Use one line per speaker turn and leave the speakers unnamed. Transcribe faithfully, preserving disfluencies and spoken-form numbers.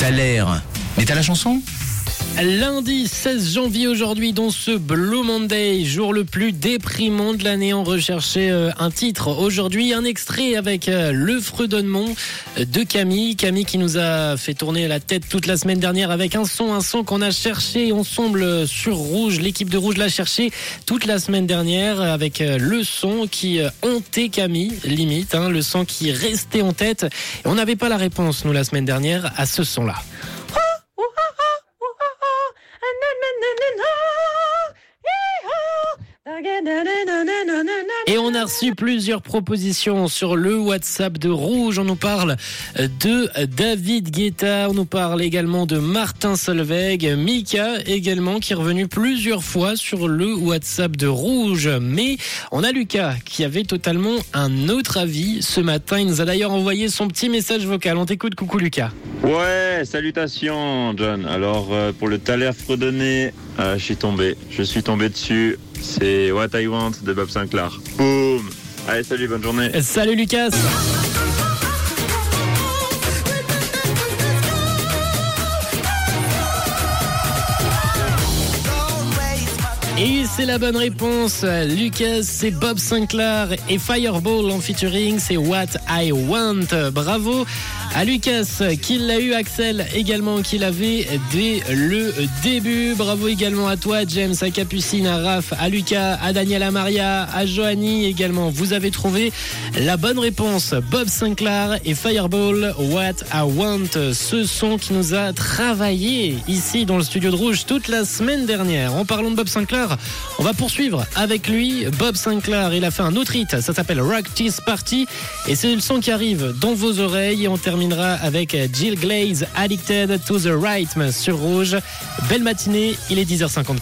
T'as l'air. Mais t'as la chanson ?
Lundi seize janvier aujourd'hui, dans ce Blue Monday, jour le plus déprimant de l'année, on recherchait euh, un titre. Aujourd'hui, un extrait avec euh, Le Fredonnement de Camille. Camille qui nous a fait tourner la tête toute la semaine dernière avec un son, un son qu'on a cherché ensemble sur Rouge. L'équipe de Rouge l'a cherché toute la semaine dernière avec euh, le son qui euh, hantait Camille, limite, hein, le son qui restait en tête. Et on n'avait pas la réponse, nous, la semaine dernière, à ce son-là. Et on a reçu plusieurs propositions sur le WhatsApp de Rouge. On nous parle de David Guetta, on nous parle également de Martin Solveig, Mika également qui est revenu plusieurs fois sur le WhatsApp de Rouge. Mais on a Lucas qui avait totalement un autre avis ce matin. Il nous a d'ailleurs envoyé son petit message vocal. On t'écoute, coucou Lucas.
Ouais, salutations John. Alors euh, pour le Thaler fredonné, euh, je suis tombé. Je suis tombé dessus. C'est What I Want de Bob Sinclair. Boum. Allez, salut, bonne journée.
Salut Lucas. Et c'est la bonne réponse. Lucas, c'est Bob Sinclair et Fireball en featuring, c'est What I Want. Bravo à Lucas qui l'a eu, Axel également qui l'avait dès le début. Bravo également à toi James, à Capucine, à Raph, à Lucas, à Daniel, à Maria, à Joanie également. Vous avez trouvé la bonne réponse. Bob Sinclair et Fireball, What I Want. Ce son qui nous a travaillé ici dans le studio de Rouge toute la semaine dernière. En parlant de Bob Sinclair, on va poursuivre avec lui. Bob Sinclair, il a fait un autre hit, ça s'appelle Rock Tease Party et c'est le son qui arrive dans vos oreilles. Et on terminera avec Jill Glaze, Addicted to the Rhythm sur Rouge. Belle matinée, il est dix heures cinquante.